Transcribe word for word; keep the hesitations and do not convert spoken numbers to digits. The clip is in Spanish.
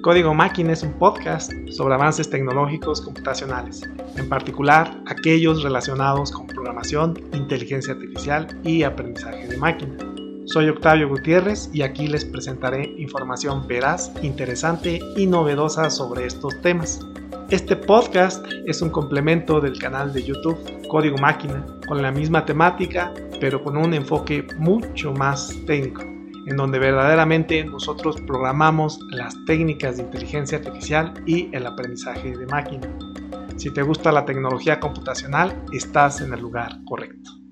Código Máquina es un podcast sobre avances tecnológicos computacionales, en particular aquellos relacionados con programación, inteligencia artificial y aprendizaje de máquina. Soy Octavio Gutiérrez y aquí les presentaré información veraz, interesante y novedosa sobre estos temas. Este podcast es un complemento del canal de YouTube Código Máquina, con la misma temática, pero con un enfoque mucho más técnico, en donde verdaderamente nosotros programamos las técnicas de inteligencia artificial y el aprendizaje de máquina. Si te gusta la tecnología computacional, estás en el lugar correcto.